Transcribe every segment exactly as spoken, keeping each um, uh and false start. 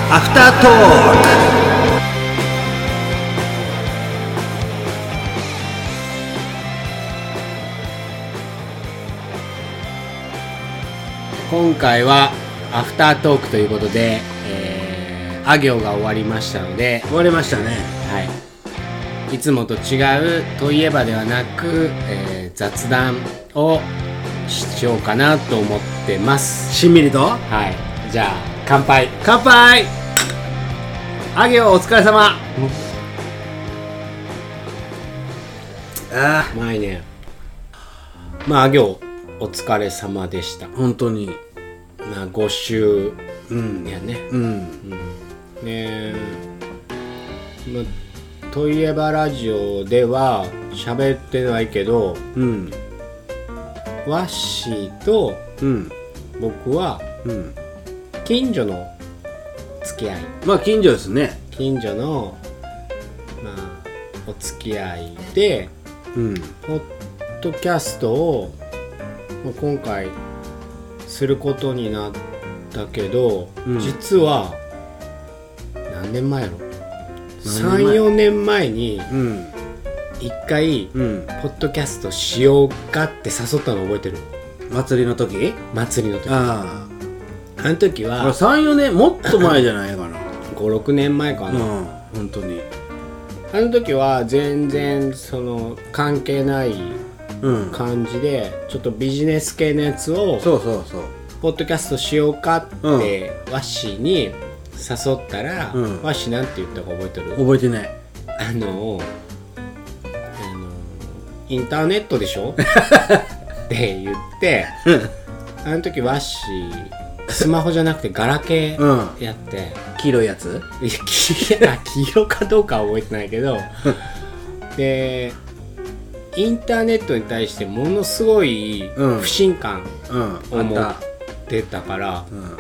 アフタートーク。今回はアフタートークということで、えー、あ行が終わりましたので、 終わりましたね。 はい、いつもと違うといえばではなく、えー、雑談をしようかなと思ってます。 しんみりと。 はい、じゃあ乾杯。 乾杯。あ行お疲れ様。ああ、うまいね。まああ行お疲れ様でした。 本当に。 まあご週やね。 うん。うんうん、ね、まあ、といえばラジオでは喋ってないけど、 うん。 ワッシーとうん僕はうん近所の付き合い、 まあ近所ですね。 近所のまあお付き合いでうんポッドキャストを今回することになったけど、 うん、 実は何年前やろ、さん、よねんまえに一回、うん、ポッドキャストしようかって誘ったの覚えてる？ 祭りの時？ 祭りの時。 あああの時はさん、よねんもっと前じゃないかな。 ご、ろくねんまえかな。 うん、本当に。 あの時は全然その関係ない感じで、うん、ちょっとビジネス系のやつをそうそうそうポッドキャストしようかって、うん、ワッシーに誘ったら、うん、ワッシーなんて言ったか覚えてる？ 覚えてない。 あのあのインターネットでしょって言ってあの時ワッシースマホじゃなくてガラケーやって、 うん、黄色いやつ？ いや黄色かどうかは覚えてないけどでインターネットに対してものすごい不信感を持ってたから、うんうんうん、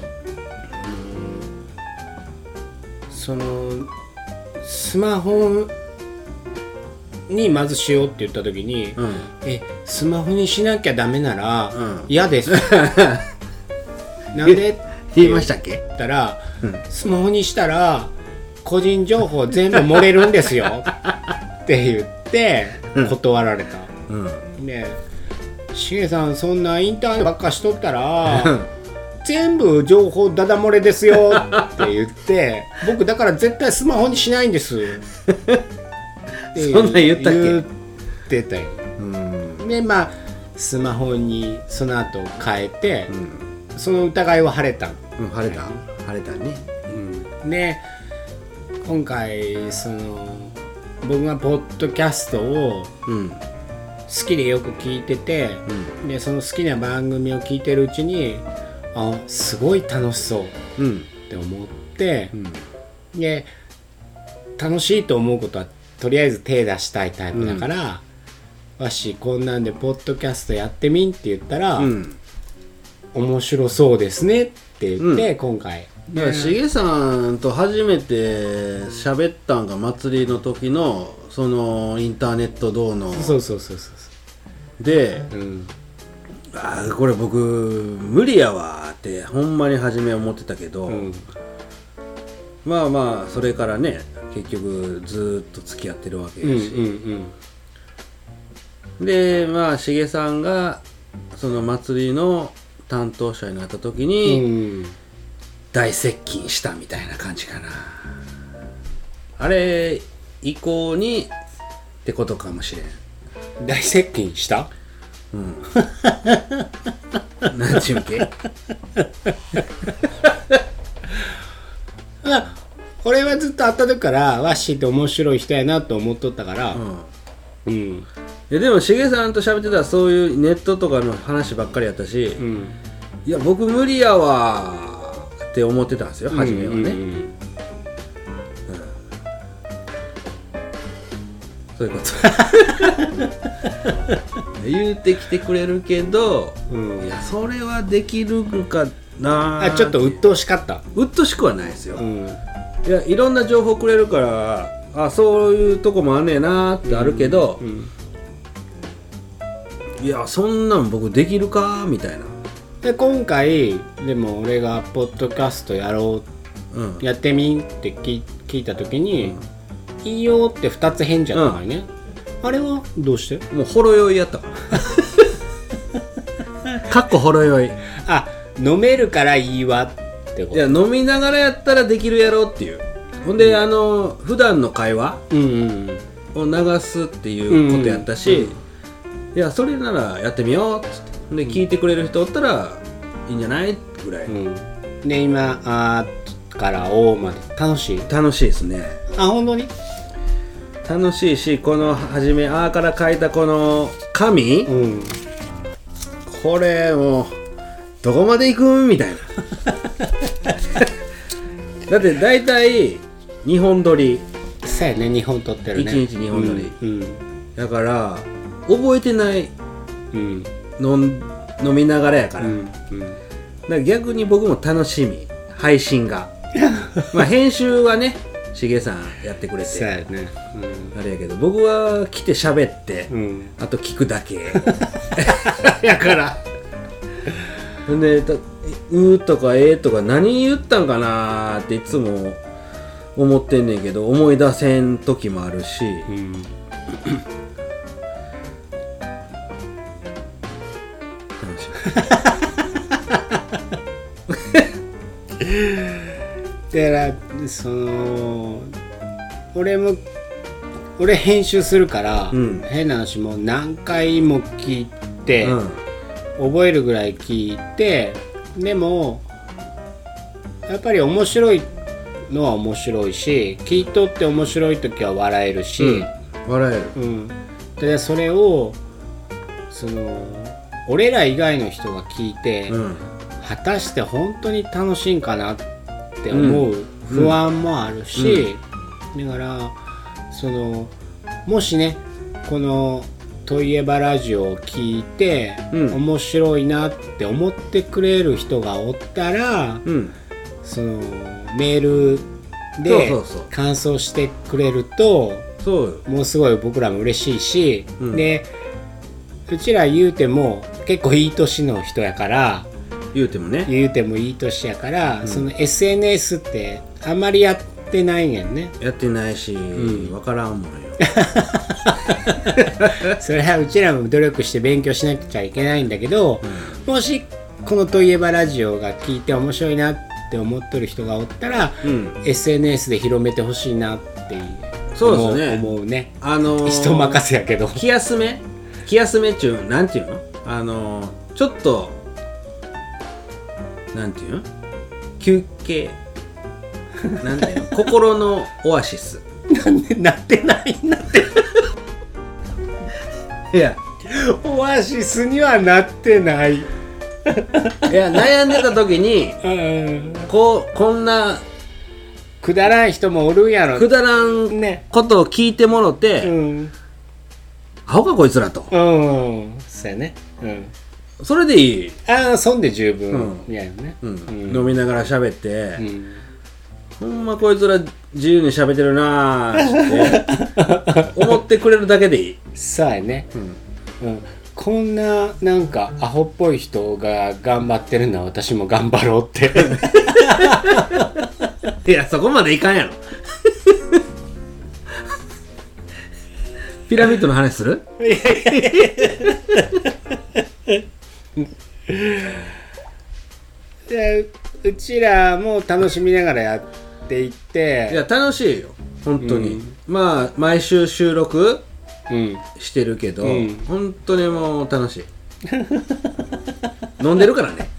そのスマホにまずしようって言った時に、うん、えスマホにしなきゃダメなら嫌、うん、ですなんでって言いましたっけ？ 言ったら、うん、スマホにしたら個人情報全部漏れるんですよって言って断られた、うん、でしげさんそんなインターネットばっかしとったら全部情報ダダ漏れですよって言って僕だから絶対スマホにしないんですってそんな言ったっけ？ 言ってたよ、うん、でまあスマホにその後変えて、うん、その疑いは晴れた、 うん、晴れた晴れたね、 うん、で今回その僕がポッドキャストを好きでよく聞いてて、うん、でその好きな番組を聞いてるうちにあすごい楽しそうって思って、うん、で楽しいと思うことはとりあえず手出したいタイプだから、うん、わしこんなんでポッドキャストやってみんって言ったら、うん、面白そうですねって言って、うん、今回だからしげさんと初めて喋ったんが祭りの時のそのインターネットどうのそうそうそうそうで、うん、あこれ僕無理やわってほんまに初め思ってたけど、うん、まあまあそれからね結局ずっと付き合ってるわけやし、うんうんうん、でまあしげさんがその祭りの担当者になった時に、うん大接近したみたいな感じかな。あれ以降にってことかもしれん。 大接近した？ うん。なんちゅうけ？ あ、俺はずっと会った時からワッシーって面白い人やなと思っとったから。うん。 うん、いやでもしげさんと喋ってたらそういうネットとかの話ばっかりやったし、うん、いや僕無理やわ。って思ってたんですよ初めはね、うんうんうんうん、そういうこと言うてきてくれるけど、うん、いやそれはできるかなあちょっと鬱陶しかった？ 鬱陶しくはないですよ、うん、いやいろんな情報くれるからあそういうとこもあんねえなってあるけど、うんうん、いやそんなん僕できるかみたいなで今回でも俺がポッドキャストやろううんやってみって聞聞いた時に、うん、いいよってふたつ返事やったからね、うん、あれはどうしてもうほろ酔いやったからかっこほろ酔いあ飲めるからいいわってこと。 いや飲みながらやったらできるやろっていうほんで、うん、あの普段の会話を流すっていうことやったし、うんうんうん、いやそれならやってみようっつってで聞いてくれる人おったらいいんじゃないぐらい、うん、 で今あーからおまで楽しい楽しいですね。 あ本当に楽しいしこの初めあーから書いたこの紙、うん、これもうどこまで行くんみたいなだって大体にほん撮りそうやねにほん撮ってるねいちにちにほん撮り、うんうん、だから覚えてない、うん、飲, 飲みながらやから、うんうん、だから逆に僕も楽しみ配信がまあ編集はねしげさんやってくれてそうやね、 うん、あれやけど僕は来て喋って、うん、あと聞くだけやからでうーとかえーとか何言ったんかなーっていつも思ってんねんけど思い出せん時もあるし、うん、楽しいだからその俺も俺編集するから、うん、変な話も何回も聞いて、うん覚えるぐらい聞いてでもやっぱり面白いのは面白いし聞いとって面白い時は笑えるし、うん、 笑える、うん、 でそれをその俺ら以外の人が聞いて、うん、果たして本当に楽しいんかなって思う不安もあるし、うんうん、だからそのもしねこのといえばラジオを聞いて、うん、面白いなって思ってくれる人がおったら、うん、そのメールで感想してくれるとそうもうすごい僕らも嬉しいし、うん、でうちら言うても結構いい年の人やから言うてもね言うてもいい年やから、うん、その エスエヌエス ってあんまりやってないんやんねやってないし、うん、分からんもんよそれはうちらも努力して勉強しなくちゃいけないんだけど、うん、もしこのといえばラジオが聞いて面白いなって思ってる人がおったら、うん、エスエヌエス で広めてほしいなってそうですね思うね、 あのー、 人任せやけど気休め気休めっちゅうなんていうのあのー、ちょっとなんていうの休憩なんていうの心のオアシスなんでなってないなっていやオアシスにはなってないいや悩んでた時にこうこんなくだらん人もおるんやろくだらんことを聞いてもろて、ねうん、アホかこいつらとうんそうやねうんそれでいいああそんで十分やよね、 うんうんうん、飲みながら喋って、うんほんまこいつら自由に喋ってるなーって思ってくれるだけでいいそうやね、うんうん、こんななんかアホっぽい人が頑張ってるのは私も頑張ろうっていやそこまでいかんやろピラミッドの話するいやいやいやうちらも楽しみながらやっていっていや楽しいよ本当に、うん、まあ毎週収録、うん、してるけど、うん、本当にもう楽しい飲んでるからね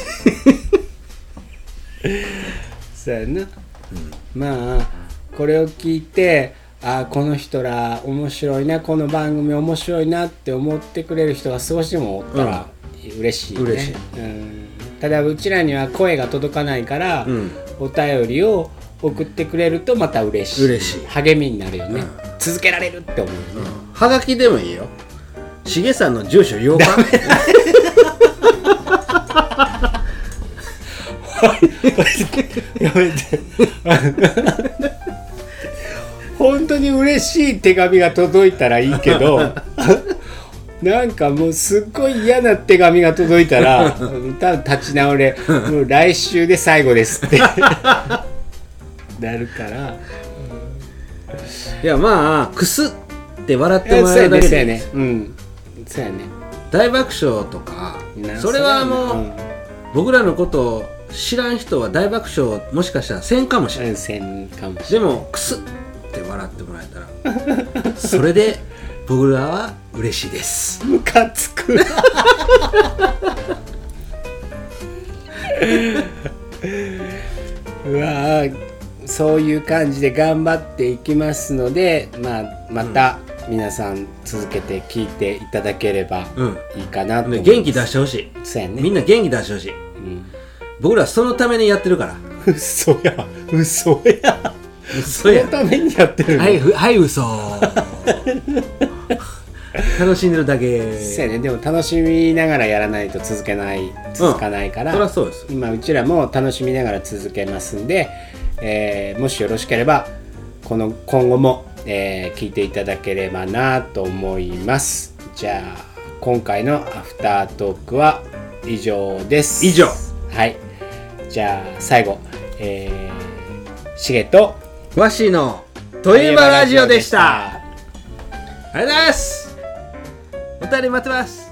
そうやな、うん、まあこれを聞いてあこの人ら面白いなこの番組面白いなって思ってくれる人が少しでもおったら嬉しいね、 うん、嬉しい、 うんただうちらには声が届かないから、うん、お便りを送ってくれるとまた嬉しい嬉しい励みになるよね、うん、続けられるって思うよね、 うん、はがきでもいいよしげさんの住所言おうかやめて本当に嬉しい手紙が届いたらいいけどなんかもうすっごい嫌な手紙が届いたら多分立ち直れもう来週で最後ですってなるから、 いやまあクスって笑ってもらえるだけでいいです。 そうやね、うんそうやね、 大爆笑とかそれはもう、うん、僕らのことを知らん人は大爆笑もしかしたらせんかもしれない、うん、 せんかもしれない。 でもクスって笑ってもらえたらそれで僕らは嬉しいです。 ムカつくうわそういう感じで頑張っていきますので、まあ、また皆さん続けて聞いていただければいいかなと思います、 うん、元気出してほしい。 そうやね、 みんな元気出してほしい、うん、僕らそのためにやってるから。 嘘や嘘や嘘や、 そのためにやってるの。 はいはい嘘楽しんでるだけ。 そうやね、でも楽しみながらやらないと続けない続かないから、 うん、そりゃそうです。 今うちらも楽しみながら続けますんで、えー、もしよろしければこの今後も、えー、聞いていただければなと思います。じゃあ今回のアフタートークは以上です。 以上。 はい。じゃあ最後、えー、しげとわしのといえばラジオでした。ありがとうございます。お便り待ってます。